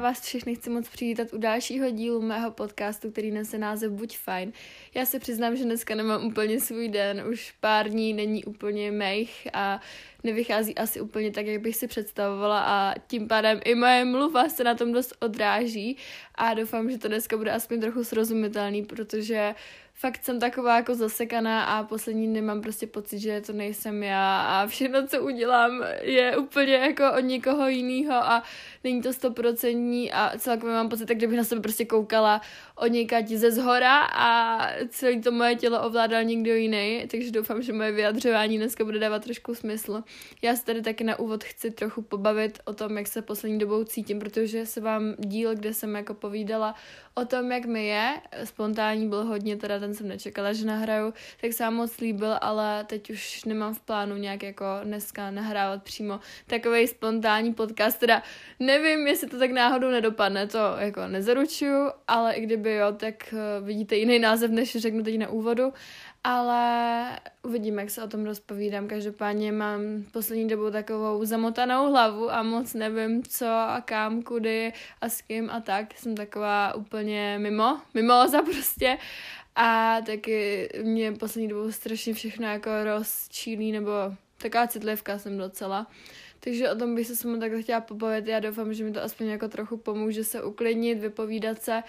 vás všechny chci moc přivítat u dalšího dílu mého podcastu, který nese název Buď fajn. Já se přiznám, že dneska nemám úplně svůj den, už pár dní není úplně mých a nevychází asi úplně tak, jak bych si představovala a tím pádem i moje mluva se na tom dost odráží a doufám, že to dneska bude aspoň trochu srozumitelný, protože fakt jsem taková jako zasekaná a poslední dny mám prostě pocit, že to nejsem já a všechno, co udělám, je úplně jako od někoho jiného a není to 100% a celkově mám pocit, tak kdybych na sebe prostě koukala od někaď ze zhora a celé to moje tělo ovládal někdo jiný, takže doufám, že moje vyjadřování dneska bude dávat trošku smysl. Já se tady taky na úvod chci trochu pobavit o tom, jak se poslední dobou cítím, protože se vám díl, kde jsem jako povídala o tom, jak mi je, spontánní byl hodně, teda ten jsem nečekala, že nahraju, tak se vám moc líbil, ale teď už nemám v plánu nějak jako dneska nahrávat přímo takovej spontánní podcast, teda nevím, jestli to tak náhodou nedopadne, to jako nezaručuju, ale i kdyby jo, tak vidíte jiný název, než řeknu teď na úvodu, ale uvidíme, jak se o tom rozpovídám. Každopádně mám poslední dobou takovou zamotanou hlavu a moc nevím, co a kam, kudy a s kým a tak. Jsem taková úplně mimoza prostě. A taky mě poslední dobou strašně všechno jako rozčílí, nebo taková citlivka jsem docela. Takže o tom bych se s vámi takhle chtěla pobavit. Já doufám, že mi to aspoň jako trochu pomůže se uklidnit, vypovídat se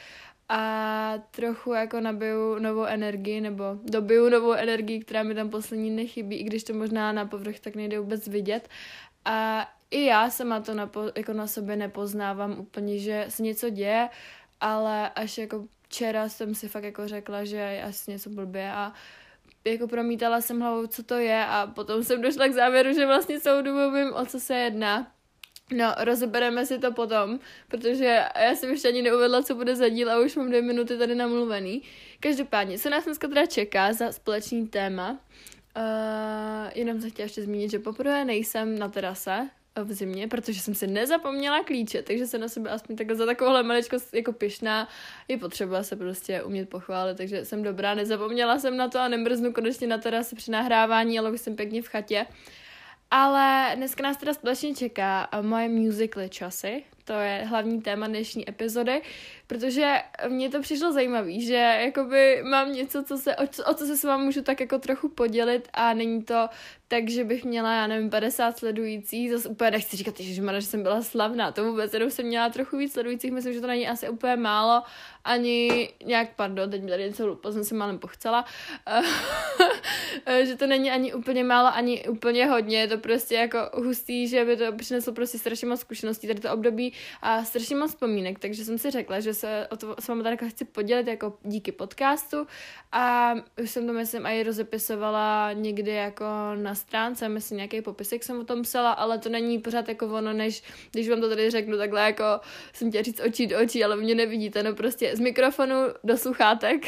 a trochu jako nabiju novou energii, nebo dobiju novou energii, která mi tam poslední nechybí, i když to možná na povrch tak nejde vůbec vidět. A i já sama to jako na sobě nepoznávám úplně, že se něco děje, ale až jako včera jsem si fakt jako řekla, že je asi něco blbě a jako promítala jsem hlavou, co to je a potom jsem došla k závěru, že vlastně celou dobu vím, o co se jedná. No, rozebereme si to potom, protože já jsem ještě ani neuvedla, co bude za díl a už mám 2 minuty tady namluvený. Každopádně, co nás dneska teda čeká za společný téma? Jenom jsem chtěla ještě zmínit, že poprvé nejsem na terase v zimě, protože jsem si nezapomněla klíče, takže se na sebe aspoň takhle za takovouhle maličkost jako pyšná. Je potřeba se prostě umět pochválit, takže jsem dobrá, nezapomněla jsem na to a nemrznu konečně na terase při nahrávání, ale už jsem pěkně v chatě. Ale dneska nás teda společně čeká moje musical časy, to je hlavní téma dnešní epizody, protože mně to přišlo zajímavý, že jakoby mám něco, o co se s vámi můžu tak jako trochu podělit a není to tak, že bych měla, já nevím, 50 sledujících, zase úplně nechci říkat, že jsem byla slavná, to vůbec, jenom jsem měla trochu víc sledujících, myslím, že to není asi úplně málo, ani nějak, teď mi tady něco hlupo, jsem se málem pochcela, že to není ani úplně málo, ani úplně hodně, je to prostě jako hustý, že by to přineslo prostě strašně moc zkušeností, tady to období a strašně moc vzpomínek, takže jsem si řekla, že se o to s vámi tady chci podělit jako díky podcastu a už jsem to myslím i rozepisovala někdy jako na stránce, myslím nějaký popisek jsem o tom psala, ale to není pořád jako ono, než když vám to tady řeknu takhle jako jsem chtěla říct očí do očí, ale mě nevidíte, no prostě z mikrofonu do sluchátek.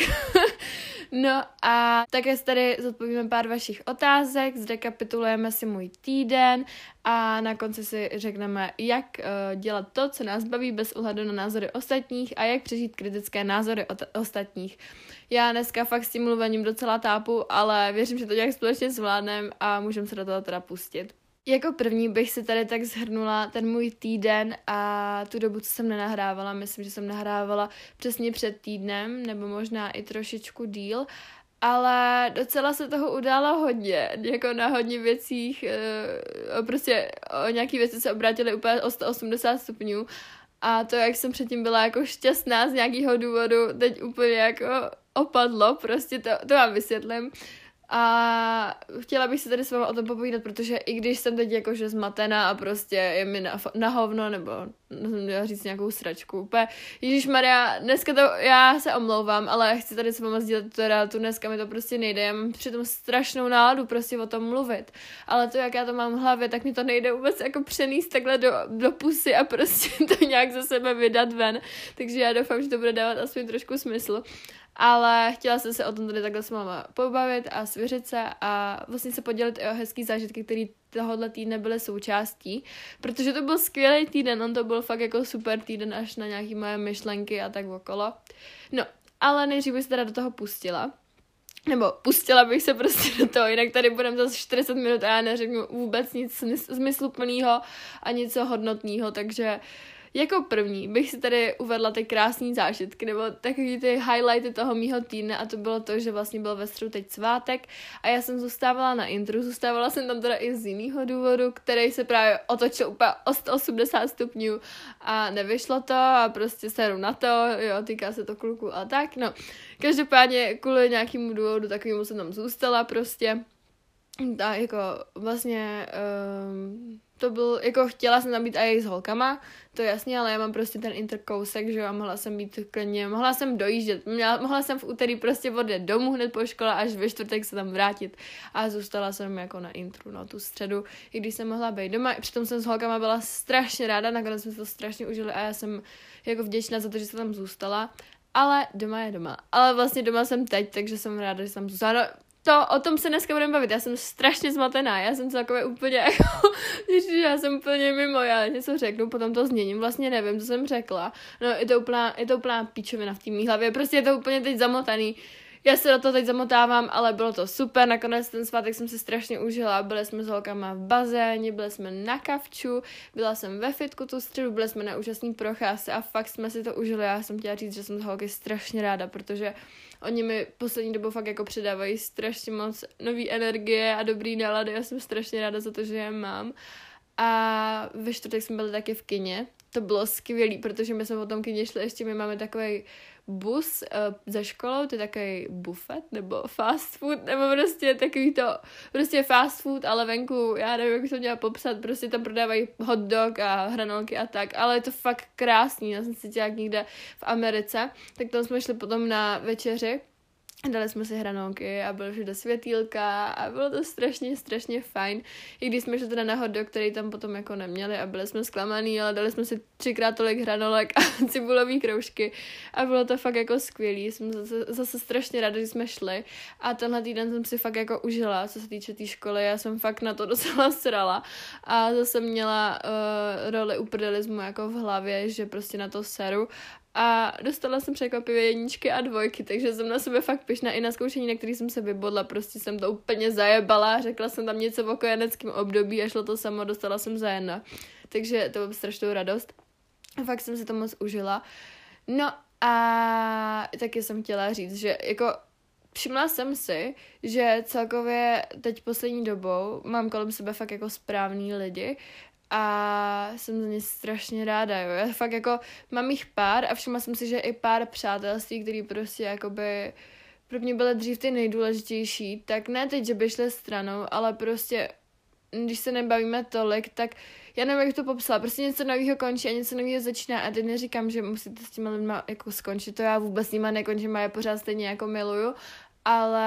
No a také tady zodpovíme pár vašich otázek, zrekapitulujeme si můj týden a na konci si řekneme, jak dělat to, co nás baví bez ohledu na názory ostatních a jak přežít kritické názory ostatních. Já dneska fakt s tím mluvením docela tápu, ale věřím, že to nějak společně zvládnem a můžeme se do toho teda pustit. Jako první bych si tady tak shrnula ten můj týden a tu dobu, co jsem nenahrávala. Myslím, že jsem nahrávala přesně před týdnem, nebo možná i trošičku díl, ale docela se toho událo hodně, jako na hodně věcích, prostě o nějaký věci se obrátily úplně o 180 stupňů a to, jak jsem předtím byla jako šťastná z nějakého důvodu, teď úplně jako opadlo, prostě to vám vysvětlím. A chtěla bych se tady s vámi o tom popovídat, protože i když jsem teď jakože zmatená a prostě je mi na hovno, nebo měla říct nějakou sračku, úplně, ježišmarja, dneska to, já se omlouvám, ale chci tady s vámi sdílet tu realitu, dneska mi to prostě nejde, já mám přitom strašnou náladu prostě o tom mluvit, ale to, jak já to mám v hlavě, tak mi to nejde vůbec jako přenést takhle do pusy a prostě to nějak ze sebe vydat ven, takže já doufám, že to bude dávat aspoň trošku smysl. Ale chtěla jsem se o tom tady takhle s váma pobavit a svěřit se a vlastně se podělit i o hezký zážitky, které tohohle týdne byly součástí, protože to byl skvělý týden, on to byl fakt jako super týden až na nějaký moje myšlenky a tak okolo. No, ale nejdřív bych se teda do toho pustila. Nebo pustila bych se prostě do toho, jinak tady budeme zase 40 minut a já neřeknu vůbec nic smysluplného a něco hodnotného, takže jako první bych si tady uvedla ty krásné zážitky, nebo takový ty highlighty toho mýho týdne a to bylo to, že vlastně byl ve středu teď svátek a já jsem zůstávala na intru, zůstávala jsem tam teda i z jiného důvodu, který se právě otočil úplně o 180 stupňů a nevyšlo to a prostě seru na to, jo, týká se to kluku a tak, no. Každopádně kvůli nějakému důvodu takovému jsem tam zůstala prostě. A jako vlastně to byl, jako chtěla jsem tam být i s holkama, to jasně, ale já mám prostě ten interkousek, že jo, a mohla jsem být klidně, mohla jsem dojíždět, mohla jsem v úterý prostě odjet domů hned po škole, až ve čtvrtek se tam vrátit a zůstala jsem jako na intru, no, tu středu, i když jsem mohla být doma, přitom jsem s holkama byla strašně ráda, nakonec jsme to strašně užili a já jsem jako vděčná za to, že jsem tam zůstala, ale doma je doma, ale vlastně doma jsem teď, takže jsem ráda, že jsem tam zůstala. O tom se dneska budeme bavit, já jsem strašně zmatená, já jsem celkově úplně jako, já jsem úplně mimo, já něco řeknu, potom to změním, vlastně nevím, co jsem řekla, no je to úplná píčovina v té mý hlavě, prostě je to úplně teď zamotaný, já se do toho teď zamotávám, ale bylo to super, nakonec ten svátek jsem si strašně užila, byli jsme s holkama v bazéně, byli jsme na kavču, byla jsem ve fitku tu středu, byli jsme na úžasný procházce a fakt jsme si to užili, já jsem chtěla říct, že jsem z holky strašně ráda, protože oni mi poslední dobou fakt jako předávají strašně moc nový energie a dobrý nálady. Já jsem strašně ráda za to, že je mám. A ve čtvrtek jsme byli taky v kině. To bylo skvělý, protože my jsme po tom kině šli, ještě my máme takový bus za školou, to je takový bufet, nebo fast food, nebo prostě takový to, prostě fast food, ale venku, já nevím, jak bych to měla popsat, prostě tam prodávají hot dog a hranolky a tak, ale je to fakt krásný, já jsem si dělala někde v Americe, tak tam jsme šli potom na večeři, dali jsme si hranolky a bylo všude světýlka a bylo to strašně, strašně fajn. I když jsme šli teda na hot dog, který tam potom jako neměli a byli jsme zklamaný, ale dali jsme si 3x tolik hranolek a cibulový kroužky a bylo to fakt jako skvělý. Jsem zase strašně ráda, že jsme šli a tenhle týden jsem si fakt jako užila, co se týče té školy, já jsem fakt na to docela srala a zase měla roli uprdelismu jako v hlavě, že prostě na to seru. A dostala jsem překvapivě 1 a 2, takže jsem na sebe fakt pyšná i na zkoušení, na který jsem se vybodla, prostě jsem to úplně zajebala, řekla jsem tam něco o kojeneckém období a šlo to samo, dostala jsem za 1. Takže to bylo strašnou radost. Fakt jsem si to moc užila. No a taky jsem chtěla říct, že jako všimla jsem si, že celkově teď poslední dobou mám kolem sebe fakt jako správný lidi, a jsem za ně strašně ráda, jo. Já fakt jako mám jich pár a všimla jsem si, že i pár přátelství, který prostě jakoby pro mě byly dřív ty nejdůležitější, tak ne teď, že by šly stranou, ale prostě když se nebavíme tolik, tak já nevím, jak to popsala, prostě něco nového končí a něco nového začíná a teď neříkám, že musíte s těma lidma jako skončit, to já vůbec s nima nekončím a já pořád stejně jako miluju, ale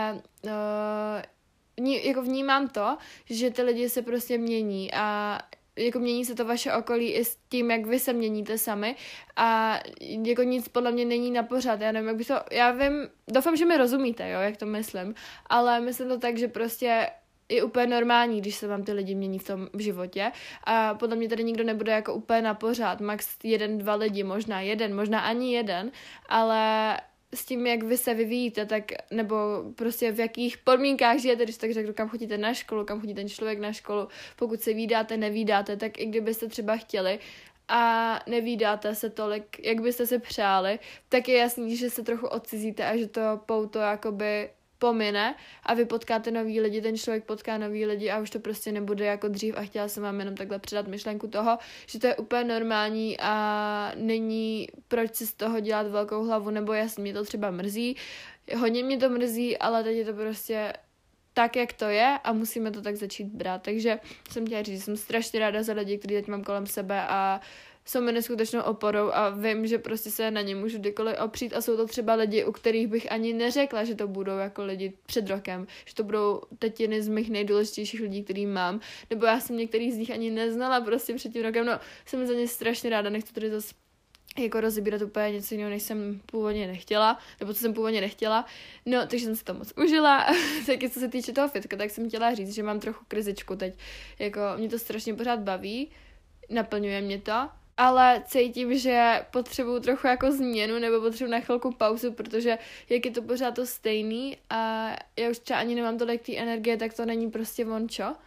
jako vnímám to, že ty lidi se prostě mění a jako mění se to vaše okolí i s tím, jak vy se měníte sami a jako nic podle mě není na pořád, já nevím, jak by to, já vím, doufám, že mi rozumíte, jo, jak to myslím, ale myslím to tak, že prostě je úplně normální, když se vám ty lidi mění v tom životě a podle mě tady nikdo nebude jako úplně na pořád, max 1-2 lidi, možná jeden, možná ani jeden, ale s tím, jak vy se vyvíjíte, tak nebo prostě v jakých podmínkách žijete, když tak řeknu, kam chodíte na školu, kam chodí ten člověk na školu, pokud se vídáte, nevídáte, tak i kdybyste třeba chtěli a nevídáte se tolik, jak byste si přáli, tak je jasný, že se trochu odcizíte a že to pouto jakoby pomine a vy potkáte nový lidi, ten člověk potká nový lidi a už to prostě nebude jako dřív a chtěla jsem vám jenom takhle předat myšlenku toho, že to je úplně normální a není proč si z toho dělat velkou hlavu, nebo jasně, mě to třeba mrzí, hodně mě to mrzí, ale teď je to prostě tak, jak to je a musíme to tak začít brát, takže jsem chtěla říct, že jsem strašně ráda za lidi, který teď mám kolem sebe a jsou mi neskutečnou oporou a vím, že prostě se na ně můžu kdykoliv opřít a jsou to třeba lidi, u kterých bych ani neřekla, že to budou jako lidi před rokem, že to budou tetiny z mých nejdůležitějších lidí, který mám, nebo já jsem některý z nich ani neznala prostě před tím rokem, no jsem za ně strašně ráda, nechci tady zase jako rozebírat úplně něco jiného, než jsem původně nechtěla, nebo co jsem původně nechtěla, no, takže jsem si to moc užila, taky co se týče toho fitka, tak jsem chtěla říct, že mám trochu krizičku teď, jako mě to strašně pořád baví, naplňuje mě to, ale cítím, že potřebuju trochu jako změnu nebo potřebuju na chvilku pauzu, protože jak je to pořád to stejný a já už třeba ani nemám tolik té energie, tak to není prostě vončo.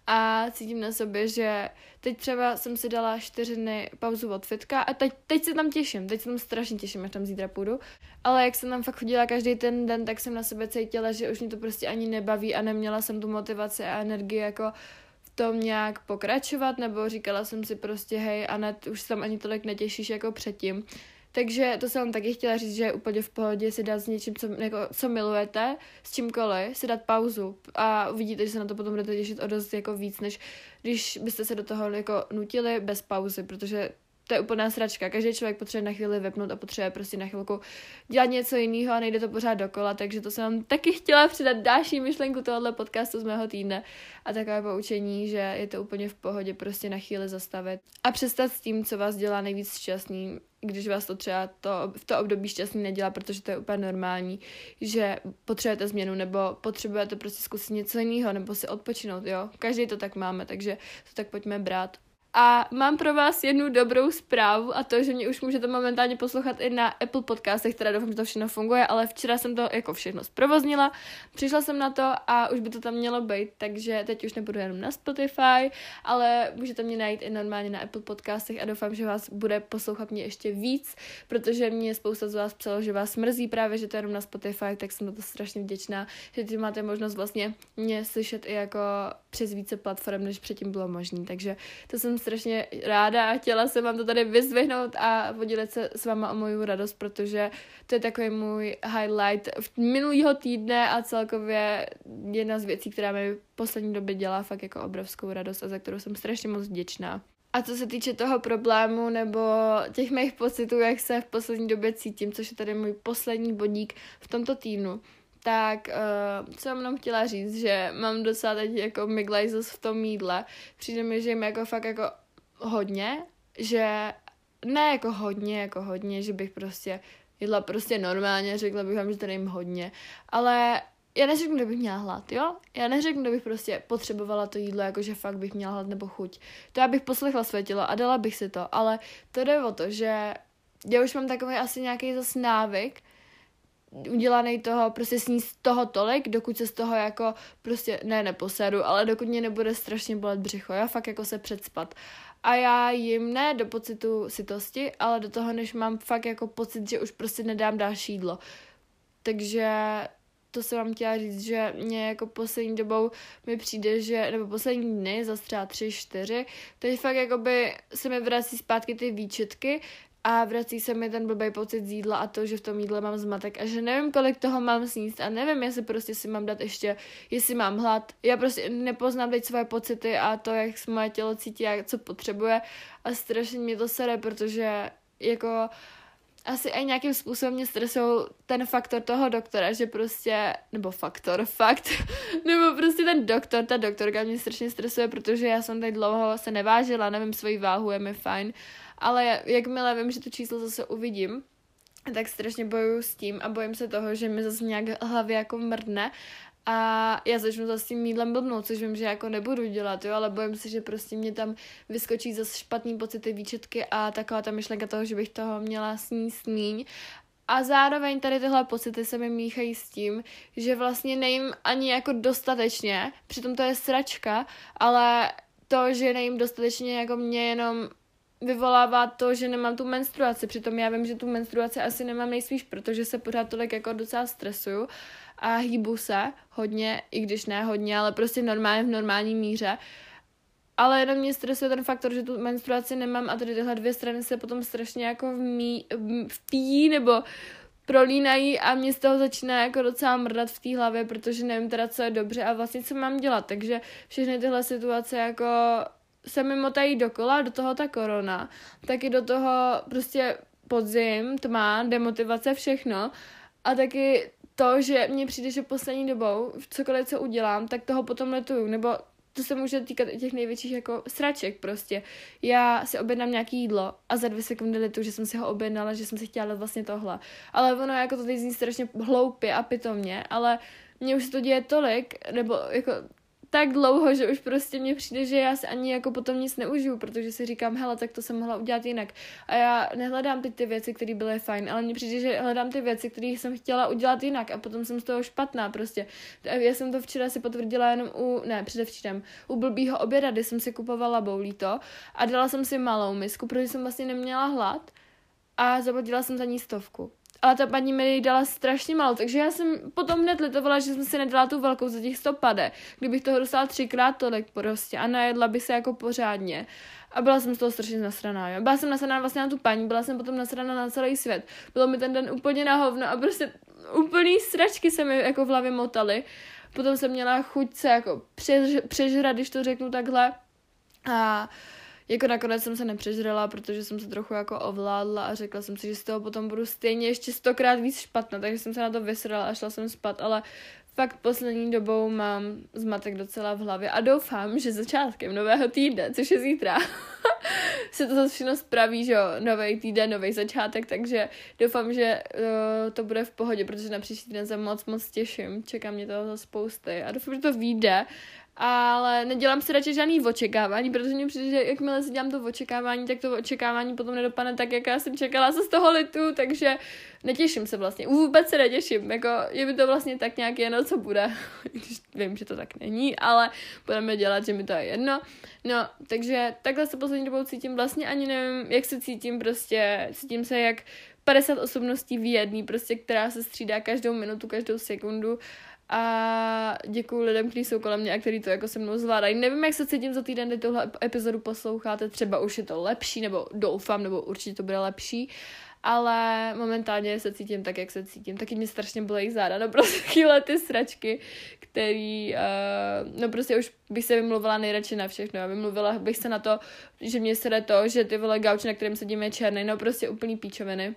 a cítím na sobě, že teď třeba jsem si dala 4 dny pauzu od fitka a teď se tam těším, teď se tam strašně těším, až tam zítra půjdu, ale jak jsem tam fakt chodila každý ten den, tak jsem na sebe cítila, že už mě to prostě ani nebaví a neměla jsem tu motivaci a energii jako v tom nějak pokračovat, nebo říkala jsem si prostě hej Anet, už se tam ani tolik netěšíš jako předtím. Takže to jsem vám taky chtěla říct, že je úplně v pohodě si dát s něčím, co milujete, s čímkoliv, si dát pauzu a uvidíte, že se na to potom budete těšit o dost jako víc, než když byste se do toho jako nutili bez pauzy, protože to je úplná sračka. Každý člověk potřebuje na chvíli vypnout a potřebuje prostě na chvilku dělat něco jiného a nejde to pořád dokola, takže to jsem vám taky chtěla přidat další myšlenku tohohle podcastu z mého týdne a takové poučení, že je to úplně v pohodě prostě na chvíli zastavit a přestat s tím, co vás dělá nejvíc šťastný, když vás to třeba v to období šťastný nedělá, protože to je úplně normální, že potřebujete změnu nebo potřebujete prostě zkusit něco jiného nebo si odpočinout, jo. Každý to tak máme, takže to tak pojďme brát. A mám pro vás jednu dobrou zprávu a to, že mě už můžete momentálně poslouchat i na Apple podcastech, teda doufám, že to všechno funguje, ale včera jsem to jako všechno zprovoznila, přišla jsem na to a už by to tam mělo být, takže teď už nebudu jenom na Spotify, ale můžete mě najít i normálně na Apple podcastech a doufám, že vás bude poslouchat mě ještě víc, protože mě spousta z vás psalo, že vás mrzí právě, že to je jenom na Spotify, tak jsem na to strašně vděčná, že teď máte možnost vlastně mě slyšet i jako přes více platform, než předtím bylo možné, takže to jsem strašně ráda a chtěla jsem vám to tady vyzvihnout a podělit se s váma o moju radost, protože to je takový můj highlight minulýho týdne a celkově jedna z věcí, která mi v poslední době dělá fakt jako obrovskou radost a za kterou jsem strašně moc vděčná. A co se týče toho problému nebo těch mých pocitů, jak se v poslední době cítím, což je tady můj poslední bodík v tomto týdnu, tak co jsem nám chtěla říct, že mám docela teď jako miglajzos v tom jídle. Přijde mi, že jim jako fakt jako hodně, že ne jako hodně, že bych prostě jedla prostě normálně, řekla bych vám, že tady jim hodně, ale já neřeknu, že bych měla hlad, jo? Já neřeknu, že bych prostě potřebovala to jídlo, jako že fakt bych měla hlad nebo chuť. To já bych poslechla své tělo a dala bych si to, ale to jde o to, že já už mám takový asi nějaký zas návyk, udělaný toho, prostě sníst toho tolik, dokud se z toho jako prostě neposedu, ale dokud mě nebude strašně bolet břicho, já fakt jako se předspat. A já jim ne do pocitu sytosti, ale do toho, než mám fakt jako pocit, že už prostě nedám další jídlo. Takže to jsem vám chtěla říct, že mě jako poslední dobou mi přijde, že, nebo poslední dny, zase třeba 3-4, teď fakt jakoby se mi vrací zpátky ty výčitky, a vrací se mi ten blbej pocit z jídla a to, že v tom jídle mám zmatek a že nevím, kolik toho mám sníst a nevím, jestli prostě si mám dát ještě, jestli mám hlad. Já prostě nepoznám teď svoje pocity a to, jak se moje tělo cítí a co potřebuje a strašně mě to sere, protože jako asi i nějakým způsobem mě stresují ten faktor toho doktora, že prostě, nebo fakt, nebo prostě ten doktor, ta doktorka mě strašně stresuje, protože já jsem tady dlouho se nevážila, nevím svoji váhu, je mi fajn, ale jakmile vím, že to číslo zase uvidím, tak strašně bojuju s tím a bojím se toho, že mi zase nějak hlavě jako mrdne a já začnu zase s tím jídlem blbnout, což vím, že jako nebudu dělat, jo, ale bojím se, že prostě mě tam vyskočí zase špatný pocity, výčitky a taková ta myšlenka toho, že bych toho měla sníst míň. A zároveň tady tyhle pocity se mi míchají s tím, že vlastně nejím ani jako dostatečně, přitom to je sračka, ale to, že nejím dostatečně, jako mě jenom vyvolává to, že nemám tu menstruaci. Přitom já vím, že tu menstruaci asi nemám nejspíš, protože se pořád tolik jako docela stresuju a hýbu se hodně, i když ne hodně, ale prostě normálně v normální míře. Ale jenom mě stresuje ten faktor, že tu menstruaci nemám a tady tyhle dvě strany se potom strašně jako vpíjí nebo prolínají a mě z toho začíná jako docela mrdat v té hlavě, protože nevím teda, co je dobře a vlastně co mám dělat. Takže všechny tyhle situace jako se mi motají dokola, do toho ta korona, taky do toho prostě podzim, tma, demotivace, všechno a taky to, že mně přijde, že poslední dobou cokoliv, co udělám, tak toho potom letuju, nebo to se může týkat i těch největších jako sraček prostě. Já si objednám nějaký jídlo a za 2 sekundy letuju, že jsem si ho objednala, že jsem si chtěla dát vlastně tohle. Ale ono jako to teď zní strašně hloupě a pitomně, ale mně už se to děje tolik, nebo jako tak dlouho, že už prostě mně přijde, že já si ani jako potom nic neužiju, protože si říkám, hele, tak to jsem mohla udělat jinak. A já nehledám teď ty věci, které byly fajn, ale mně přijde, že hledám ty věci, které jsem chtěla udělat jinak a potom jsem z toho špatná prostě. Já jsem to včera si potvrdila jenom předevčírem, u blbýho oběda, kdy jsem si kupovala boulito a dala jsem si malou misku, protože jsem vlastně neměla hlad a zaplatil jsem za ní 100. Ale ta paní mi dala strašně málo, takže já jsem potom hned litovala, že jsem si nedala tu velkou za těch 100 pade, kdybych toho dostala 3x tolik prostě a najedla by se jako pořádně. A byla jsem z toho strašně nasraná, jo. Byla jsem nasraná vlastně na tu paní, byla jsem potom nasraná na celý svět. Bylo mi ten den úplně na hovno a prostě úplný sračky se mi jako v hlavě motaly. Potom jsem měla chuť se jako přežrat, když to řeknu takhle. A jako nakonec jsem se nepřežrala, protože jsem se trochu jako ovládla a řekla jsem si, že z toho potom budu stejně ještě 100krát víc špatná, takže jsem se na to vysrala a šla jsem spát, ale fakt poslední dobou mám zmatek docela v hlavě a doufám, že začátkem nového týdne, což je zítra, se to zase všechno spraví, že jo, nový týden, nový začátek, takže doufám, že to bude v pohodě, protože na příští týden se moc těším, čeká mě toho spousty a doufám, že to vyjde. Ale nedělám si radši žádný očekávání, protože mi přijde, že jakmile si dělám to očekávání, tak to očekávání potom nedopadne tak, jak já jsem čekala se z toho litu, takže netěším se vlastně, vůbec se netěším, jako je mi to vlastně tak nějak jedno, co bude, když vím, že to tak není, ale budeme dělat, že mi to je jedno, no, takže takhle se poslední dobou cítím vlastně, ani nevím, jak se cítím, prostě cítím se jak 50 osobností v jedný, prostě, která se střídá každou minutu, každou sekundu. A děkuju lidem, kteří jsou kolem mě a kteří to jako se mnou zvládají. Nevím, jak se cítím za týden, kdy tohle epizodu posloucháte, třeba už je to lepší, nebo doufám, nebo určitě to bude lepší, ale momentálně se cítím tak, jak se cítím. Taky mě strašně bolejí záda, no prostě chvíle ty sračky, který, no prostě už bych se vymluvila nejradši na všechno. Vymluvila bych se na to, že mě sere to, že ty vole gauč, na kterém sedím, je černý, no prostě úplný píčoviny.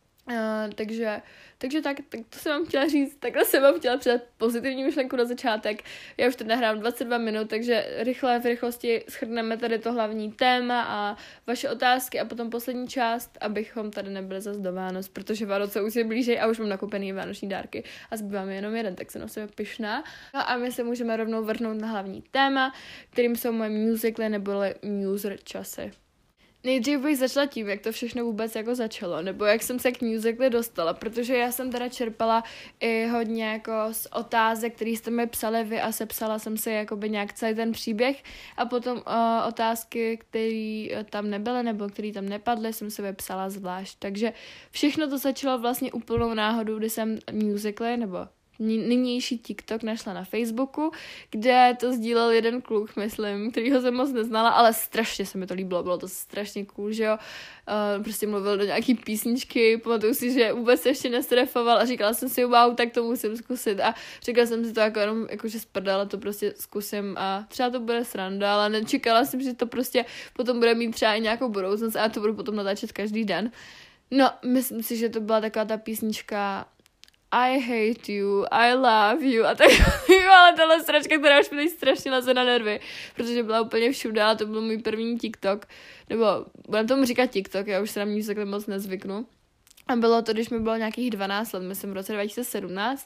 Takže tak to jsem vám chtěla říct, takhle jsem vám chtěla předat pozitivní myšlenku na začátek. Já už teď nahrám 22 minut, takže v rychlosti shrneme tady to hlavní téma a vaše otázky a potom poslední část, abychom tady nebyli zas do Vánoc, protože Vánoce už se blíží a už mám nakoupený vánoční dárky a zbývá mi jenom jeden, tak jsem na sebe pyšná. No a my se můžeme rovnou vrhnout na hlavní téma, kterým jsou moje musically neboli muser časy. Nejdřív bych začala tím, jak to všechno vůbec jako začalo, nebo jak jsem se k musically dostala, protože já jsem teda čerpala i hodně jako z otázek, které jste mi psali vy a sepsala jsem si jakoby nějak celý ten příběh a potom otázky, které tam nebyly nebo které tam nepadly, jsem si vypsala zvlášť. Takže všechno to začalo vlastně úplnou náhodou, kdy jsem musically nebo nynější TikTok našla na Facebooku, kde to sdílel jeden kluk, myslím, kterýho jsem moc neznala, ale strašně se mi to líbilo, bylo to strašně cool, že jo, prostě mluvil do nějaký písničky, pamatuju si, že vůbec se ještě nestrefoval a říkala jsem si, wow, tak to musím zkusit a říkala jsem si to jako jenom, jakože z prdele to prostě zkusím a třeba to bude sranda, ale nečekala jsem, že to prostě potom bude mít třeba i nějakou budoucnost a já to budu potom natáčet každý den. No, myslím si, že to byla taková ta písnička I hate you, I love you a tak, ale tahle sračka, která už mi teď strašně leze na nervy, protože byla úplně všude a to byl můj první TikTok, nebo budem tomu říkat TikTok, já už se na mě takhle moc nezvyknu. A bylo to, když mi bylo nějakých 12 let, myslím v roce 2017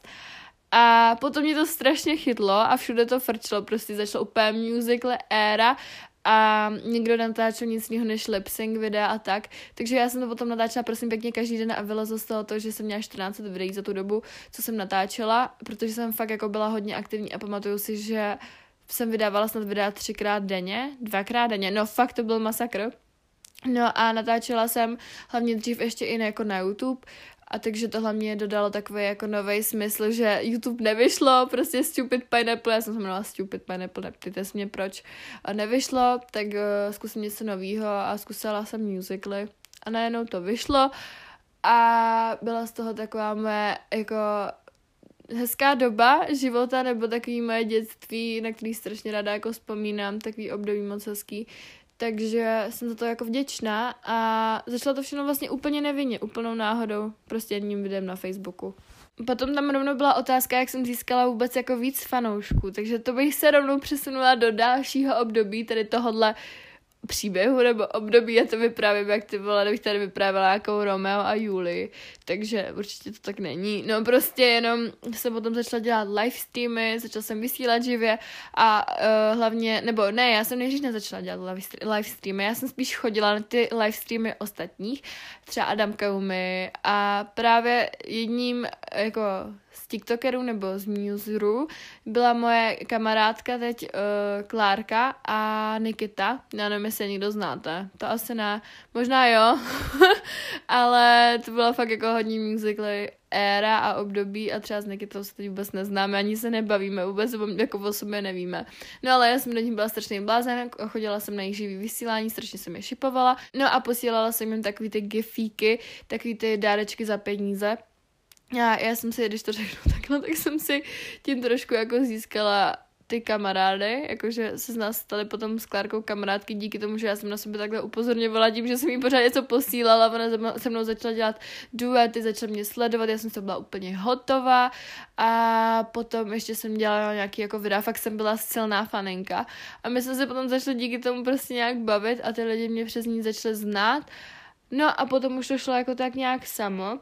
a potom mě to strašně chytlo a všude to frčilo, prostě začalo úplně musical éra a nikdo natáčel nic jiného než lip-sync videa a tak. Takže já jsem to potom natáčela prosím pěkně každý den a vylezlo z toho to, že jsem měla 14 videí za tu dobu, co jsem natáčela, protože jsem fakt jako byla hodně aktivní a pamatuju si, že jsem vydávala snad videa 3x denně, 2x denně, no fakt to byl masakr. No a natáčela jsem hlavně dřív ještě i jako na YouTube, a takže to hlavně dodalo takový jako nový smysl, že YouTube nevyšlo, prostě Stupid Pineapple, já jsem se jmenovala Stupid Pineapple, neptejte se mě proč, a nevyšlo, tak zkusím něco novýho a zkusila jsem musically a najednou to vyšlo a byla z toho taková moje jako hezká doba života nebo takový moje dětství, na který strašně ráda jako vzpomínám, takový období moc hezký. Takže jsem za to jako vděčná a začalo to všechno vlastně úplně nevinně, úplnou náhodou, prostě jedním videem na Facebooku. Potom tam rovnou byla otázka, jak jsem získala vůbec jako víc fanoušků, takže to bych se rovnou přesunula do dalšího období, tedy tohodle příběhu nebo období, já to vyprávím, jak ty vole, kdybych tady vyprávěla nějakou Romeo a Julii, takže určitě to tak není. No prostě jenom jsem potom začala dělat live streamy, začala jsem vysílat živě a hlavně, nebo ne, já jsem nejdřív nezačala dělat live streamy, já jsem spíš chodila na ty live streamy ostatních, třeba Adamka Umy a právě jedním jako z TikTokerů nebo z Newsru byla moje kamarádka teď Klárka a Nikita. Já nevím, jestli někdo znáte. To asi ne. Možná jo. Ale to byla fakt jako hodně musically éra a období a třeba s Nikitou se teď vůbec neznáme, ani se nebavíme, vůbec jako o sobě nevíme. No ale já jsem do nich byla strašný blázen, chodila jsem na jejich živý vysílání, strašně jsem je šipovala. No a posílala jsem jim takový ty gifíky, takový ty dárečky za peníze. A já jsem si, když to řeknu takhle, tak jsem si tím trošku jako získala ty kamarády, jakože se z nás staly potom s Klárkou kamarádky díky tomu, že já jsem na sebe takhle upozorňovala tím, že jsem jí pořád něco posílala, ona se mnou začala dělat duety, začala mě sledovat, já jsem to byla úplně hotová a potom ještě jsem dělala nějaký jako videa, fakt jsem byla silná faninka a my jsme se potom začali díky tomu prostě nějak bavit a ty lidi mě přes ní začali znát, no a potom už to šlo jako tak nějak samo.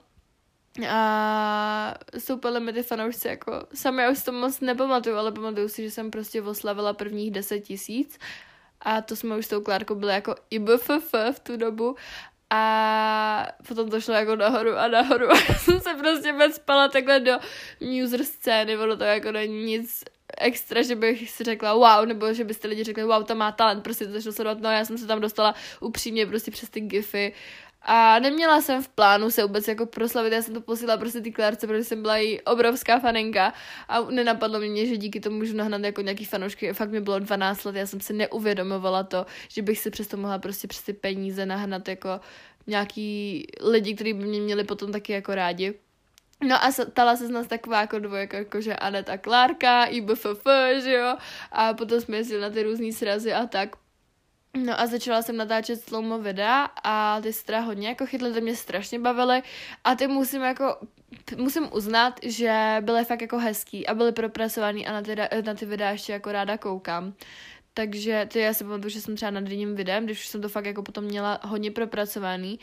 A jsou podle mě ty fanoušci jako, sami já už to moc nepamatuju, ale pamatuju si, že jsem prostě oslavila prvních 10 000 a to jsme už s tou Klárkou byli jako IBFF v tu dobu a potom to šlo jako nahoru a nahoru a já jsem se prostě spala takhle do user scény, ono to jako není nic extra, že bych si řekla wow, nebo že byste lidi řekli wow, tam má talent, prostě to začalo sledovat, no já jsem se tam dostala upřímně prostě přes ty gify. A neměla jsem v plánu se vůbec jako proslavit, já jsem to posílala prostě ty Klárce, protože jsem byla jí obrovská faninka a nenapadlo mě, že díky tomu můžu nahnat jako nějaký fanoušky, fakt mi bylo 12 let, já jsem si neuvědomovala to, že bych si přesto mohla prostě přes ty peníze nahnat jako nějaký lidi, kteří by mě měli potom taky jako rádi. No a stala se z nás taková jako dvojka, jakože Anet a Klárka, IBFF, že jo, a potom jsme jezdili na ty různý srazy a tak. No a začala jsem natáčet slow-mo videa a ty se teda hodně jako chytly, to mě strašně bavily a ty musím uznat, že byly fakt jako hezký a byly propracovaný a na ty videa ještě jako ráda koukám. Takže ty já si pamatuju, že jsem třeba nad jedním videem, když už jsem to fakt jako potom měla hodně propracovaný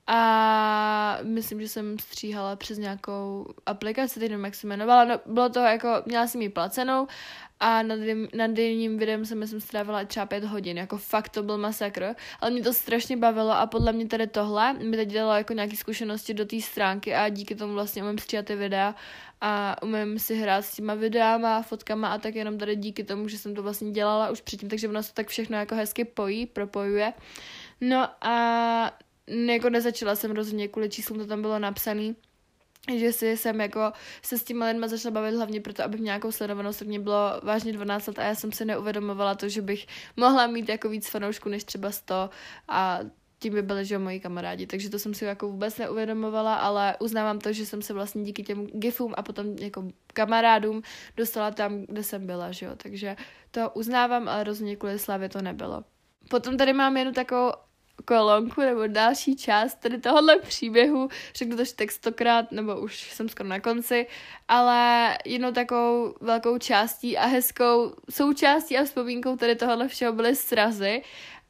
a myslím, že jsem stříhala přes nějakou aplikaci, teď nevím, jak se jmenovala, no bylo to jako, měla jsem ji placenou a nad jedním videem jsem strávila třeba 5 hodin, jako fakt to byl masakr, ale mě to strašně bavilo a podle mě tady tohle mi teď dělalo jako nějaké zkušenosti do té stránky a díky tomu vlastně umím stříhat ty videa a umím si hrát s těma videama, fotkama a tak jenom tady díky tomu, že jsem to vlastně dělala už předtím, takže ono se tak všechno jako hezky propojuje. No a jako nezačala jsem rozhodně kvůli číslům, to tam bylo napsaný, že si jsem jako se s těma lidma začala bavit hlavně proto, abych nějakou sledovanost, tak mě bylo vážně 12 let a já jsem si neuvědomovala to, že bych mohla mít jako víc fanoušků než třeba 100 a tím by byli, že jo, moji kamarádi, takže to jsem si jako vůbec neuvědomovala, ale uznávám to, že jsem se vlastně díky těm gifům a potom jako kamarádům dostala tam, kde jsem byla, že jo, takže to uznávám, ale rozhodně kvůli slávě to nebylo. Potom tady mám jen takovou kolonku nebo další část tady tohohle příběhu, řeknu to tak 100krát, nebo už jsem skoro na konci, ale jednou takovou velkou částí a hezkou součástí a vzpomínkou tady tohohle všeho byly srazy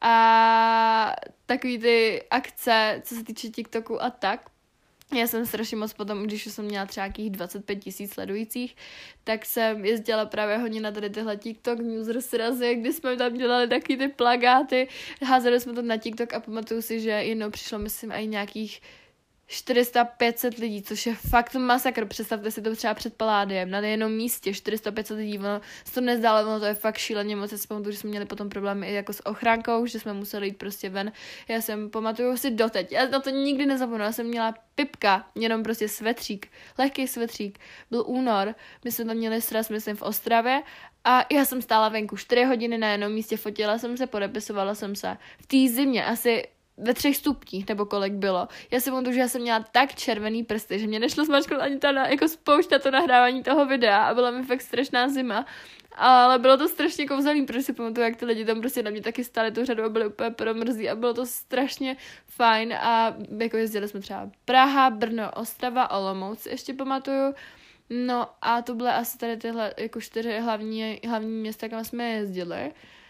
a takový ty akce, co se týče TikToku a tak. Já jsem strašně moc potom, když jsem měla třeba nějakých 25 000 sledujících, tak jsem jezdila právě hodně na tady tyhle TikTok newser srazy, kdy jsme tam dělali taky ty plagáty, házeli jsme to na TikTok a pamatuju si, že jednou přišlo, myslím, i nějakých 400-500 lidí, což je fakt masakr. Představte si to třeba před Paládiem, na jednom místě 400-500 lidí, ono se to nezdálo, ono to je fakt šíleně moc. Já si pamatuju, že jsme měli potom problémy i jako s ochránkou, že jsme museli jít prostě ven. Já jsem pamatuju si doteď, já na to nikdy nezapomenu, já jsem měla pipka, jenom prostě svetřík, lehký svetřík. Byl únor, my jsme tam měli sraz, myslím, v Ostravě a já jsem stála venku 4 hodiny na jednom místě, fotila jsem se, podepisovala jsem se. V té zimě asi ve 3 stupních, nebo kolik bylo. Já si pamatuju, že já jsem měla tak červený prsty, že mě nešlo zmačknout ani ta jako spoušť na to nahrávání toho videa a byla mi fakt strašná zima. Ale bylo to strašně kouzelný, protože si pamatuju, jak ty lidi tam prostě na mě taky stáli tu řadu a byli úplně promrzí a bylo to strašně fajn a jako jezdili jsme třeba Praha, Brno, Ostrava, Olomouc, ještě pamatuju. No a to byly asi tady tyhle jako 4 hlavní města, kam jsme jezdili.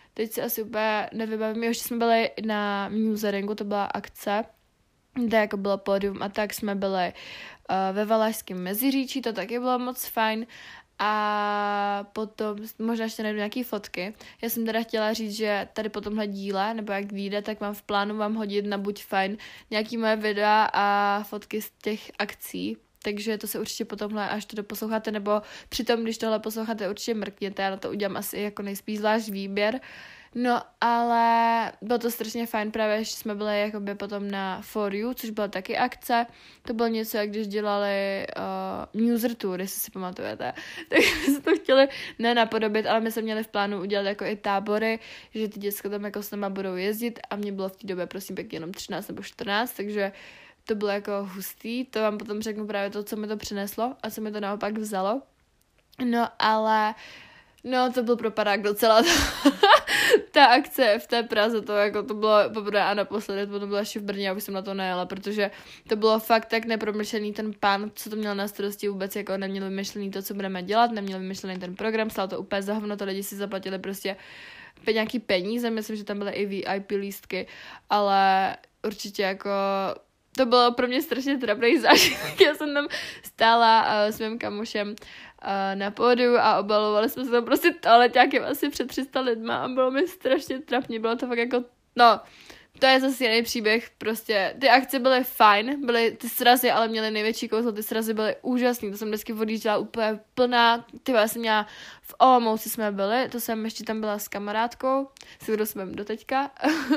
teď si asi úplně nevybavím, že jsme byli na Museringu, to byla akce, kde jako bylo pódium a tak jsme byli ve Valašském Meziříčí, to taky bylo moc fajn. A potom možná ještě najdu nějaký fotky. Já jsem teda chtěla říct, že tady po tomhle díle, nebo jak vyjde, tak mám v plánu vám hodit na Buď fajn nějaký moje videa a fotky z těch akcí. Takže to se určitě potomhle, až to doposloucháte, nebo přitom, když tohle posloucháte, určitě mrkněte, já na to udělám asi jako nejspíš zvlášť výběr. No, ale bylo to strašně fajn, právě že jsme byli jakoby potom na For You, což byla taky akce. To bylo něco, jak když dělali Muser Tour, jestli si pamatujete. Tak jsme to chtěli napodobit, ale my jsme měli v plánu udělat jako i tábory, že ty děcka tam jako s náma budou jezdit a mě bylo v té době prosím pěkně jenom 13 nebo 14, takže to bylo jako hustý. To vám potom řeknu právě to, co mi to přineslo a co mi to naopak vzalo. No, ale to byl propadák docela ta akce v té Praze, to bylo poprvé a naposledy, potom byla ještě v Brně, abych jsem na to nejela, protože to bylo fakt tak nepromyšlený ten pán, co to měl na starosti vůbec, jako neměl vymyšlený to, co budeme dělat, neměl vymyšlený ten program, stalo to úplně za hovno, to lidi si zaplatili prostě nějaký peníze, myslím, že tam byly i VIP lístky, ale určitě jako to bylo pro mě strašně trapný zážitek. Já jsem tam stála s mým kamošem na pódiu a obalovali jsme se tam prostě toaleťákem asi před 300 lidma a bylo mi strašně trapně. Bylo to fakt jako, to je zase jiný příběh, prostě ty akce byly fajn, byly ty srazy, ale měly největší kouzlo, ty srazy byly úžasný, to jsem vždycky odjížděla úplně plná, já jsem měla v Olomouci jsme byli, to jsem ještě tam byla s kamarádkou, s kterou jsme doteďka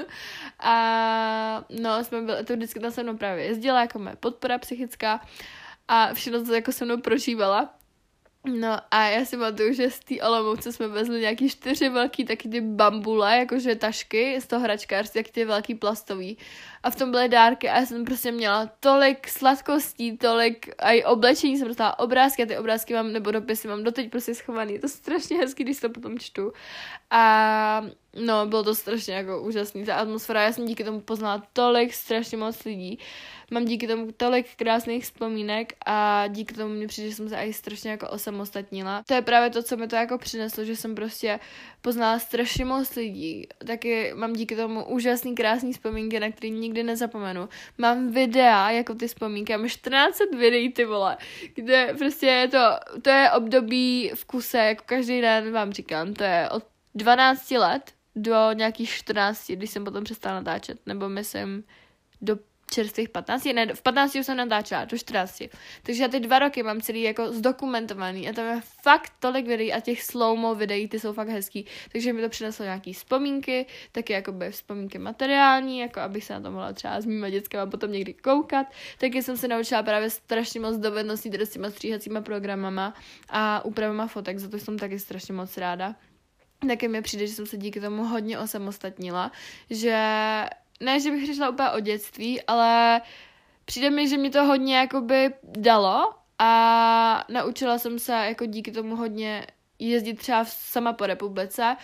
a jsme byli, to vždycky tam se mnou právě jezdila, jako moje podpora psychická a všechno to jako se mnou prožívala. No a já si pamatuju, že z té Olomouce jsme vezli nějaký 4 velký taky ty bambule, jakože tašky z toho hračkářství, taky ty velký plastový. A v tom byly dárky a já jsem prostě měla tolik sladkostí, tolik a oblečení jsem dostala obrázky a ty obrázky mám, nebo dopisy mám doteď prostě schovaný. Je to strašně hezký, když to potom čtu. A bylo to strašně jako úžasný, ta atmosféra, já jsem díky tomu poznala tolik strašně moc lidí. Mám díky tomu tolik krásných vzpomínek a díky tomu mě přijde, že jsem se i strašně jako osamostatnila. To je právě to, co mi to jako přineslo, že jsem prostě poznala strašně moc lidí. Taky mám díky tomu úžasný, krásný vzpomínky, na který nikdy nezapomenu. Mám videa, jako ty vzpomínky, mám 14 videí, ty vole, kde prostě to je období v kuse, jako každý den vám říkám, to je od 12 let do nějakých 14, když jsem potom přestala natáčet, nebo myslím do čerstvých 15, ne, v 15 jsem natáčela, do 14. Takže já ty 2 roky mám celý jako zdokumentovaný a tam je fakt tolik videí a těch slow-mo videí, ty jsou fakt hezký, takže mi to přineslo nějaký vzpomínky, taky jakoby vzpomínky materiální, jako abych se na to mohla třeba s mýma dětskama potom někdy koukat, taky jsem se naučila právě strašně moc dovedností s těma stříhacíma programama a úpravama fotek, za to jsem taky strašně moc ráda. Taky mi přijde, že jsem se díky tomu hodně osamostatnila, že ne, že bych řešila úplně o dětství, ale přijde mi, že mě to hodně jakoby dalo a naučila jsem se jako díky tomu hodně jezdit třeba sama po republice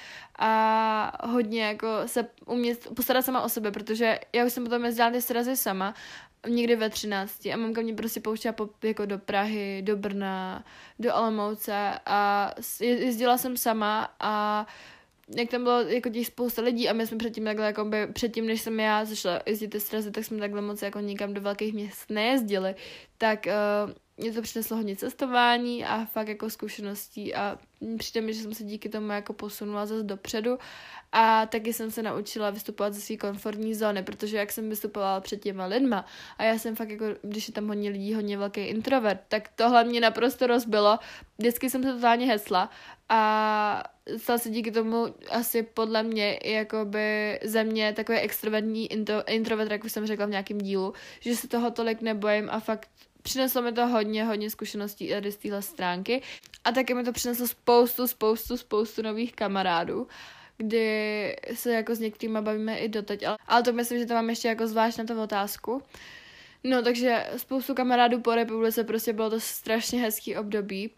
a hodně jako se umět postarat sama o sebe, protože já už jsem potom jezdila ty srazy sama, někdy ve 13 a mamka mě prostě pouštěla jako do Prahy, do Brna, do Olomouce a jezdila jsem sama a jak tam bylo jako těch spousta lidí a my jsme předtím takhle jakoby, předtím, než jsem já začala jezdit ty srazy, tak jsme takhle moc jako nikam do velkých měst nejezdili, tak mě to přineslo hodně cestování a fakt jako zkušeností a přijde mi, že jsem se díky tomu jako posunula zase dopředu a taky jsem se naučila vystupovat ze své komfortní zóny, protože jak jsem vystupovala před těma lidma a já jsem fakt jako, když je tam hodně lidí, hodně velký introvert, tak tohle mě naprosto rozbilo, vždycky jsem se totálně hecla a stal se díky tomu asi podle mě jakoby ze mě takový extrovertní introvert, jak už jsem řekla v nějakém dílu, že se toho tolik nebojím a fakt přineslo mi to hodně zkušeností i z téhle stránky a taky mi to přineslo spoustu nových kamarádů, kdy se jako s některýma bavíme i doteď, ale to myslím, že to mám ještě jako zvlášť na to otázku. No takže spoustu kamarádů po republice, prostě bylo to strašně hezký období.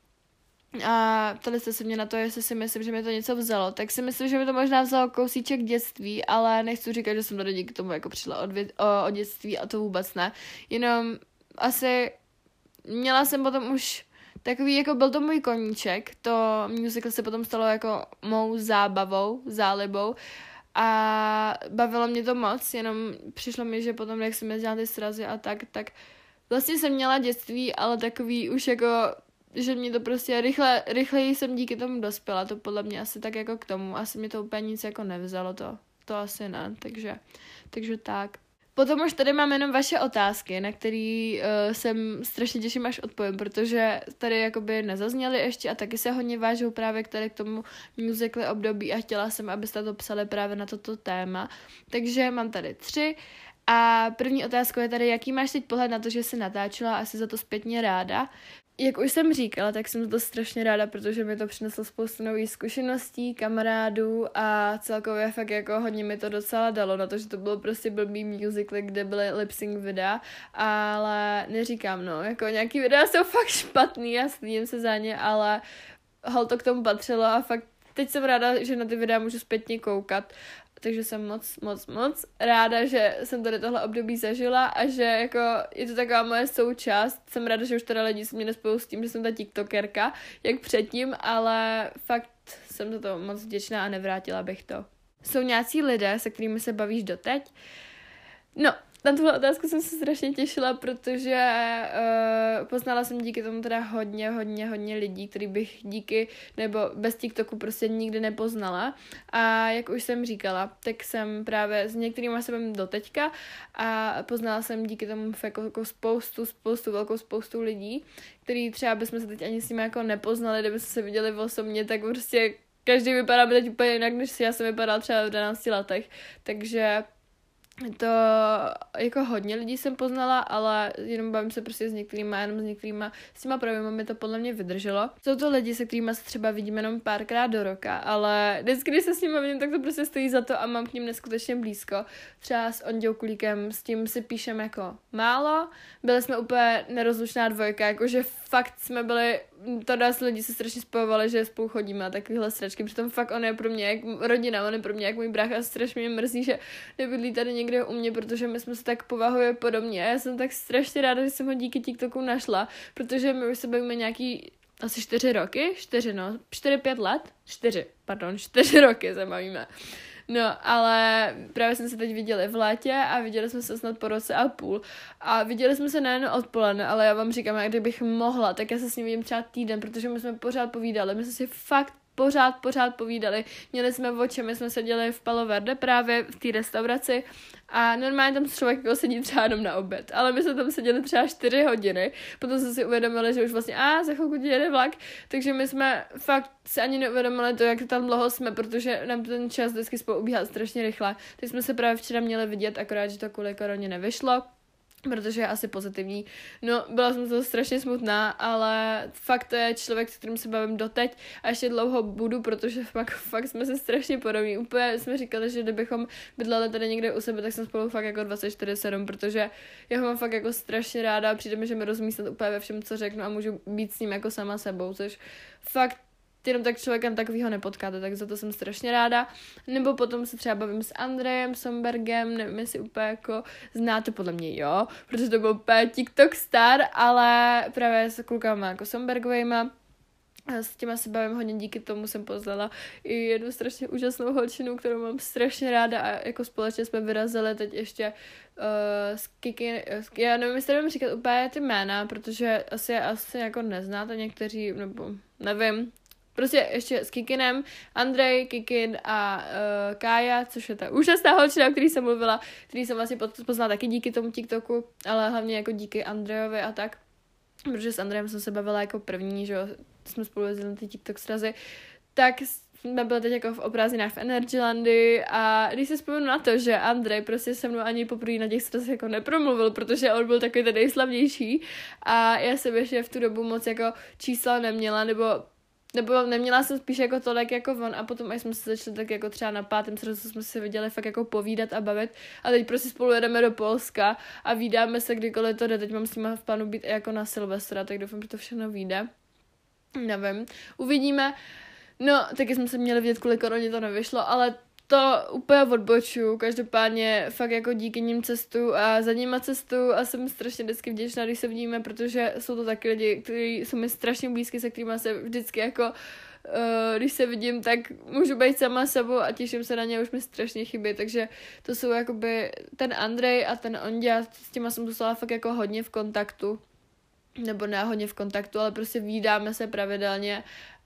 A ptali jste se mě na to, jestli si myslím, že mi to něco vzalo, tak si myslím, že mi to možná vzalo kousíček dětství, ale nechci říkat, že jsem tady díky tomu jako přišla o dětství a to vůbec ne, jenom asi měla jsem potom už takový, jako byl to můj koníček, to musical se potom stalo jako mou zábavou, zálibou a bavilo mě to moc, jenom přišlo mi, že potom, jak jsem jezdila ty srazy a tak vlastně jsem měla dětství, ale takový už jako, že mě to prostě rychleji jsem díky tomu dospěla, to podle mě asi tak jako k tomu, asi mi to úplně nic jako nevzalo, to asi ne, takže tak. Potom už tady mám jenom vaše otázky, na který jsem strašně těším, až odpovím, protože tady jakoby nezazněly ještě a taky se hodně vážou právě k tomu musical období a chtěla jsem, abyste to psali právě na toto téma. Takže mám tady 3 a první otázka je tady, jaký máš teď pohled na to, že jsi natáčela a jsi za to zpětně ráda. Jak už jsem říkala, tak jsem za to strašně ráda, protože mi to přineslo spoustu nových zkušeností, kamarádů a celkově fakt jako hodně mi to docela dalo na to, že to bylo prostě blbý musical, kde byly lip-sync videa, ale neříkám, no, jako nějaký videa jsou fakt špatný, já stydím se za ně, ale hol to k tomu patřilo a fakt teď jsem ráda, že na ty videa můžu zpětně koukat. Takže jsem moc ráda, že jsem tady tohle období zažila a že jako je to taková moje součást. Jsem ráda, že už teda lidi se mě nespojou s tím, že jsem ta tiktokerka, jak předtím, ale fakt jsem za to moc vděčná a nevrátila bych to. Jsou nějací lidé, se kterými se bavíš doteď? No, na tuhle otázku jsem se strašně těšila, protože poznala jsem díky tomu teda hodně lidí, který bych díky nebo bez TikToku prostě nikdy nepoznala. A jak už jsem říkala, tak jsem právě s některýma se bavím doteďka a poznala jsem díky tomu jako velkou spoustu lidí, který třeba bychom se teď ani s nimi jako nepoznali, kdyby se viděli osobně, tak prostě každý vypadá teď úplně jinak, než já jsem vypadala třeba v 12 letech. Takže to jako hodně lidí jsem poznala, ale jenom bavím se prostě s některýma, s těma pravými mi to podle mě vydrželo. Jsou to lidi, se kterými se třeba vidím jenom párkrát do roka, ale vždycky, když se s nimi vidím, tak to prostě stojí za to a mám k ním neskutečně blízko. Třeba s Onděou Kulíkem, s tím si píšem jako málo, byli jsme úplně nerozlučná dvojka, jakože fakt jsme byli, to nás lidi se strašně spojovali, že spolu chodíme a takovýhle sračky, přitom fakt on je pro mě jak rodina, on je pro mě jak můj brácha a strašně mě mrzí, že nebydlí tady někde u mě, protože my jsme se tak povahově podobně a já jsem tak strašně ráda, že jsem ho díky TikToku našla, protože my už se bavíme nějaký asi 4 roky, 4-5 let, 4 roky se bavíme. No, ale právě jsme se teď viděli v létě a viděli jsme se snad po roce a půl. A viděli jsme se nejen odpoledne, ale já vám říkám, jak kdybych mohla, tak já se s ním vidím třeba týden, protože my jsme pořád povídali. My jsme si fakt pořád povídali. Měli jsme oči, my jsme seděli v Palo Verde právě v té restauraci a normálně tam člověk jako sedí třeba jenom na oběd, ale my jsme tam seděli třeba 4 hodiny, potom jsme si uvědomili, že už vlastně za chvilku jede vlak, takže my jsme fakt si ani neuvědomili to, jak tam dlouho jsme, protože nám ten čas vždycky spolu ubíhá strašně rychle. Teď jsme se právě včera měli vidět, akorát, že to kvůli koroně nevyšlo, protože je asi pozitivní. No, byla jsem to strašně smutná, ale fakt to je člověk, s kterým se bavím doteď a ještě dlouho budu, protože fakt jsme se strašně podobní. Úplně jsme říkali, že kdybychom bydleli tady někde u sebe, tak jsem spolu fakt jako 24/7, protože já ho mám fakt jako strašně ráda a přijde mi, že mi rozumí snad úplně ve všem, co řeknu a můžu být s ním jako sama sebou, což fakt jenom tak člověka takovýho nepotkáte, tak za to jsem strašně ráda. Nebo potom se třeba bavím s Andrejem Sombergem, nevím, jestli úplně jako znáte, podle mě jo, protože to byl úplně TikTok star, ale právě s klukama jako Sombergovejma. S těma se bavím hodně, díky tomu jsem poznala i jednu strašně úžasnou holčinu, kterou mám strašně ráda a jako společně jsme vyrazili teď ještě s Kiki, já nevím, jestli nevím říkat úplně ty jména, protože asi jako neznáte někteří, nebo nevím. Prostě ještě s Kikinem, Andrej, Kikin a Kája, což je ta úžasná holčina, o který jsem mluvila, který jsem vlastně poznala taky díky tomu TikToku, ale hlavně jako díky Andrejovi a tak, protože s Andrejem jsem se bavila jako první, že jo, jsme spolu jezdili na ty TikTok srazy, tak jsme byli teď jako o prázdninách v Energylandy a když se vzpomenu na to, že Andrej prostě se mnou ani poprvé na těch srazech jako nepromluvil, protože on byl takový ten nejslavnější a já jsem ještě v tu dobu moc jako čísla neměla, nebo neměla jsem spíš jako tolik jako on a potom až jsme se začali tak jako třeba na 5. srazu jsme se viděli fakt jako povídat a bavit a teď prostě spolu jedeme do Polska a vídáme se kdykoliv to jde, teď mám s nima v plánu být i jako na Silvestra, tak doufám, že to všechno vyjde. Nevím, uvidíme. No, taky jsme se měli vidět, kvůli koroně to nevyšlo, ale to úplně odbočuju, každopádně fakt jako díky nim cestu a za nima cestu a jsem strašně vždycky vděčná, když se vidíme, protože jsou to taky lidi, kteří jsou mi strašně blízky, se kterými se vždycky jako když se vidím, tak můžu být sama sebou a těším se na ně, už mi strašně chybí, takže to jsou jakoby ten Andrej a ten Ondě, s těma jsem zůstala fakt jako hodně v kontaktu, nebo ne hodně v kontaktu, ale prostě vídáme se pravidelně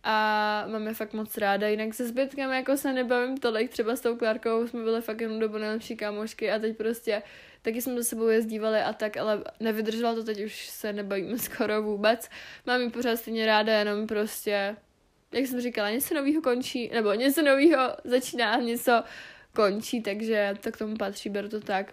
a máme fakt moc ráda, jinak se zbytkem jako se nebavím tolik, třeba s tou Klárkou jsme byli fakt jenom dobu nejlepší kámošky a teď prostě taky jsme za sebou jezdívali a tak, ale nevydržela to, teď už se nebavíme skoro vůbec, mám ji pořád stejně ráda, jenom prostě jak jsem říkala, něco nového končí, nebo něco nového začíná a něco končí, takže to k tomu patří, beru to tak.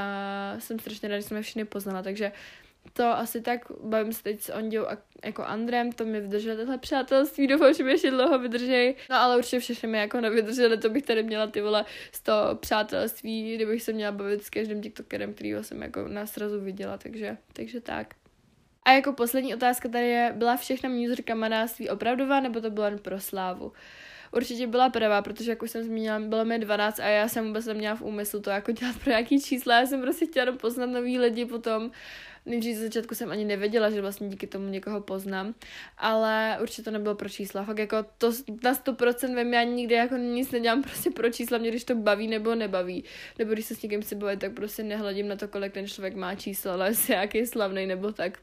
A jsem strašně ráda, že jsem je všichni poznala, takže to asi tak, bavím se teď s Ondou a jako Andrem, to mi vydrželo tohle přátelství, doufám, že mi ještě dlouho vydržej. No ale určitě všechny mi jako nevydrželi, to bych tady měla ty vole z toho přátelství, kdybych se měla bavit s každým tiktokerem, kterýho jsem jako na srazu viděla, takže tak. A jako poslední otázka tady je, byla všechna mňuzr kamarádství opravdová, nebo to bylo jen pro slávu? Určitě byla pravá, protože jak už jsem zmínila, bylo mi 12 a já jsem vůbec neměla v úmyslu to jako dělat pro nějaký čísla, já jsem prostě chtěla poznat nový lidi potom. Nejdřív ze začátku jsem ani nevěděla, že vlastně díky tomu někoho poznám, ale určitě to nebylo pro čísla. Fakt jako to na 100% vím, já nikdy jako nic nedělám prostě pro čísla, mě když to baví nebo nebaví. Nebo když se s někým chci bavit, tak prostě nehledím na to, kolik ten člověk má čísla, ale jestli jaký slavnej nebo tak.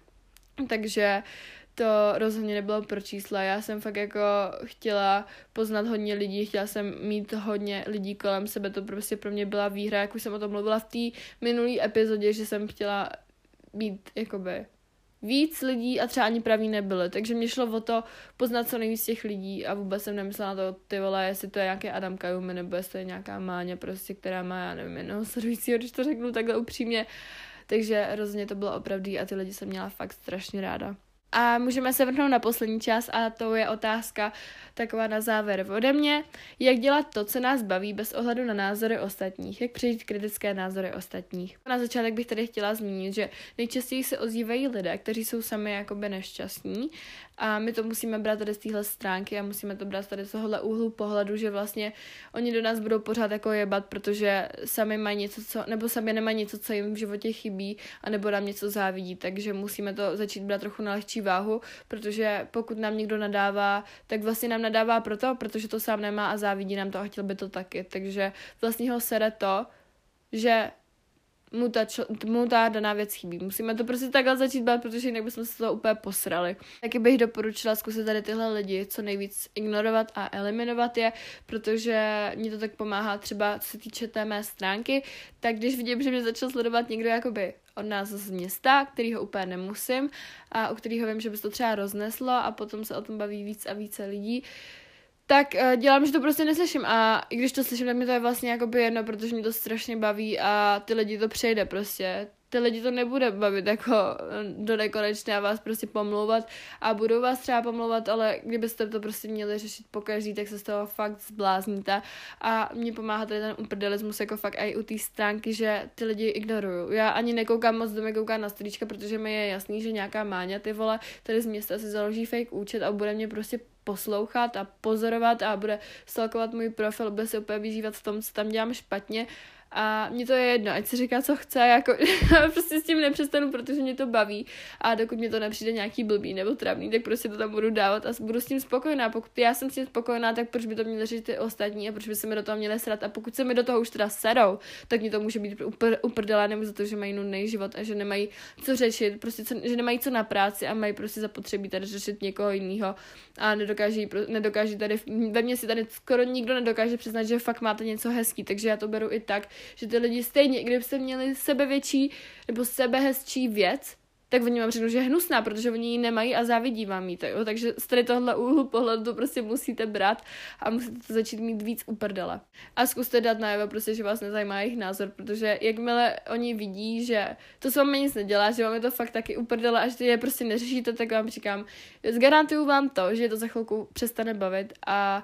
Takže to rozhodně nebylo pro čísla, já jsem fakt jako chtěla poznat hodně lidí, chtěla jsem mít hodně lidí kolem sebe, to prostě pro mě byla výhra, jak už jsem o tom mluvila v té minulé epizodě, že jsem chtěla mít jakoby víc lidí a třeba ani praví nebyly, takže mě šlo o to poznat co nejvíc těch lidí a vůbec jsem nemyslela na to, ty vole, jestli to je nějaký Adam Kajumi, nebo jestli to je nějaká Máňa prostě, která má, já nevím, jednoho sledujícího, když to řeknu takhle upřímně. Takže rozhodně to bylo opravdu a ty lidi jsem měla fakt strašně ráda. A můžeme se vrhnout na poslední část a to je otázka taková na závěr ode mě. Jak dělat to, co nás baví bez ohledu na názory ostatních? Jak přejít kritické názory ostatních? Na začátek bych tady chtěla zmínit, že nejčastěji se ozývají lidé, kteří jsou sami jakoby nešťastní a my to musíme brát tady z téhle stránky a musíme to brát tady z tohohle úhlu pohledu, že vlastně oni do nás budou pořád jako jebat, protože sami mají něco, nebo sami nemají něco, co jim v životě chybí, anebo nám něco závidí, takže musíme to začít brát trochu na lehčí váhu, protože pokud nám někdo nadává, tak vlastně nám nadává protože to sám nemá a závidí nám to a chtěl by to taky, takže vlastně ho sere to, že mu ta daná věc chybí. Musíme to prostě takhle začít bát, protože jinak bychom se to úplně posrali. Taky bych doporučila zkusit tady tyhle lidi co nejvíc ignorovat a eliminovat je, protože mě to tak pomáhá třeba, co se týče té mé stránky, tak když vidím, že mě začal sledovat někdo jakoby od nás z města, kterýho úplně nemusím a u kterého vím, že by se to třeba rozneslo a potom se o tom baví víc a více lidí, tak dělám, že to prostě neslyším a i když to slyším, tak mi to je vlastně jakoby jedno, protože mě to strašně baví a ty lidi to přejde prostě. Ty lidi to nebude bavit jako do nekonečna a vás prostě pomlouvat a budou vás třeba pomlouvat, ale kdybyste to prostě měli řešit pokaždý, tak se z toho fakt zblázníte a mě pomáhá tady ten uprdelismus jako fakt i u té stránky, že ty lidi ignoruju. Já ani nekoukám moc, koukám na storíčka, protože mi je jasný, že nějaká Máňa, ty vole, tady z města si založí fake účet a bude mě prostě poslouchat a pozorovat a bude stalkovat můj profil, bude se úplně vyžívat v tom, co tam dělám špatně a mně to je jedno, ať si říká, co chce, jako prostě s tím nepřestanu, protože mě to baví a dokud mě to nepřijde nějaký blbý nebo travný, tak prostě to tam budu dávat a budu s tím spokojená. Pokud já jsem s tím spokojená, tak proč by to měli řešit ty ostatní a proč by se mi do toho měli srat a pokud se mi do toho už teda serou, tak mě to může být uprdelé nebo za to, že mají nudný život a že nemají co řešit, prostě že nemají co na práci a mají prostě zapotřebí tady řešit někoho jiného a nedokáží tady, ve mně si tady skoro nikdo nedokáže přiznat, že fakt máte něco hezký, takže já to beru i tak, že ty lidi stejně, kdybyste měli sebevětší nebo sebehezčí věc, tak oni vám řeknou, že je hnusná, protože oni ji nemají a závidí vám jí. Takže z tady tohle úhlu pohledu to prostě musíte brát a musíte to začít mít víc uprdele. A zkuste dát najevo prostě, že vás nezajímá jejich názor, protože jakmile oni vidí, že to s vámi nic nedělá, že vám je to fakt taky uprdele a že je prostě neřešíte, tak vám říkám, zgarantuju vám to, že to za chvilku přestane bavit a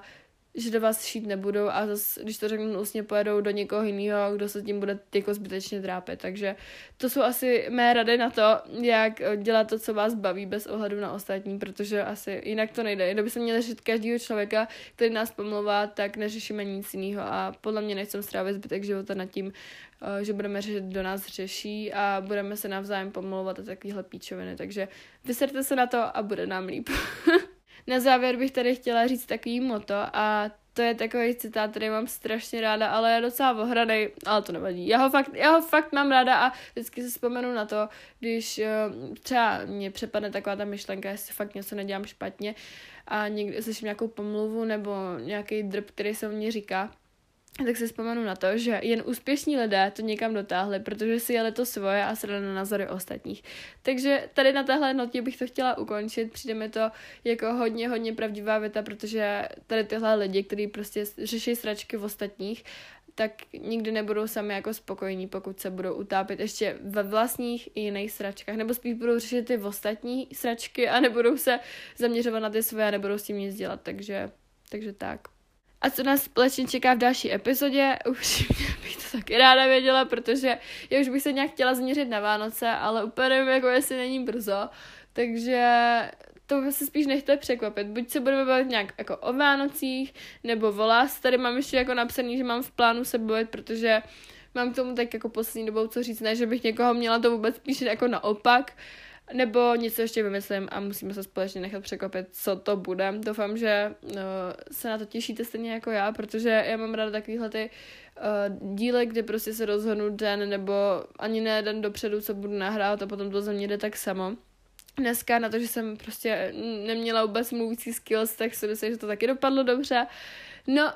že do vás šít nebudou a zase, když to řeknu ústně, pojedou do někoho jiného, kdo se tím bude jako zbytečně trápit. Takže to jsou asi mé rady na to, jak dělat to, co vás baví, bez ohledu na ostatní, protože asi jinak to nejde. Kdyby se měli řešit každého člověka, který nás pomlouvá, tak neřešíme nic jiného a podle mě nechcem strávit zbytek života nad tím, že budeme řešit, kdo nás řeší a budeme se navzájem pomlouvat a takovýhle píčoviny. Takže vyserte se na to a bude nám líp. Na závěr bych tady chtěla říct takový moto a to je takový citát, který mám strašně ráda, ale je docela ohranej, ale to nevadí. Já ho fakt mám ráda a vždycky si vzpomenu na to, když třeba mě přepadne taková ta myšlenka, jestli fakt něco nedělám špatně a někdy slyším nějakou pomluvu nebo nějaký drb, který se o mě říká, tak si vzpomenu na to, že jen úspěšní lidé to někam dotáhli, protože si jeli to svoje a srali na názory ostatních. Takže tady na téhle notě bych to chtěla ukončit. Přijde mi to jako hodně pravdivá věta, protože tady tyhle lidi, kteří prostě řeší sračky v ostatních, tak nikdy nebudou sami jako spokojení, pokud se budou utápět ještě ve vlastních i jiných sračkách, nebo spíš budou řešit ty ostatní sračky a nebudou se zaměřovat na ty své a nebudou s tím nic dělat, takže tak. A co nás společně čeká v další epizodě, upřímně bych to taky ráda věděla, protože já už bych se nějak chtěla změřit na Vánoce, ale úplně nevím, jako jestli není brzo, takže to se spíš nechte překvapit. Buď se budeme bavit nějak jako o Vánocích, nebo o lásce. Tady mám ještě jako napsaný, že mám v plánu se bavit, protože mám k tomu tak jako poslední dobou co říct, ne, že bych někoho měla to vůbec spíš jako naopak, nebo něco ještě vymyslím a musíme se společně nechat překvapit, co to bude. Doufám, že se na to těšíte stejně jako já, protože já mám ráda takovýhle ty díly, kde prostě se rozhodnu den nebo ani ne den dopředu, co budu nahrávat a potom to za mě jde tak samo. Dneska na to, že jsem prostě neměla vůbec mluvící skills, tak si myslím, že to taky dopadlo dobře. No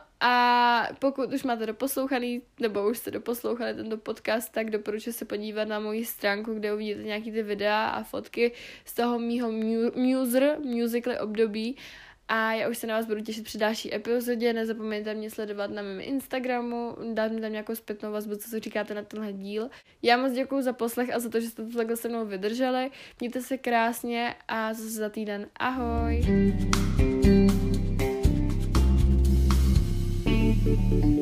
a pokud už máte doposlouchaný, nebo už jste doposlouchali tento podcast, tak doporučuji se podívat na moji stránku, kde uvidíte nějaký ty videa a fotky z toho mýho musical období. A já už se na vás budu těšit při další epizodě. Nezapomeňte mě sledovat na mém Instagramu, dát mi tam nějakou zpětnou vazbu, co si říkáte na tenhle díl. Já moc děkuju za poslech a za to, že jste to takhle se mnou vydrželi. Mějte se krásně a zase za týden. Ahoj!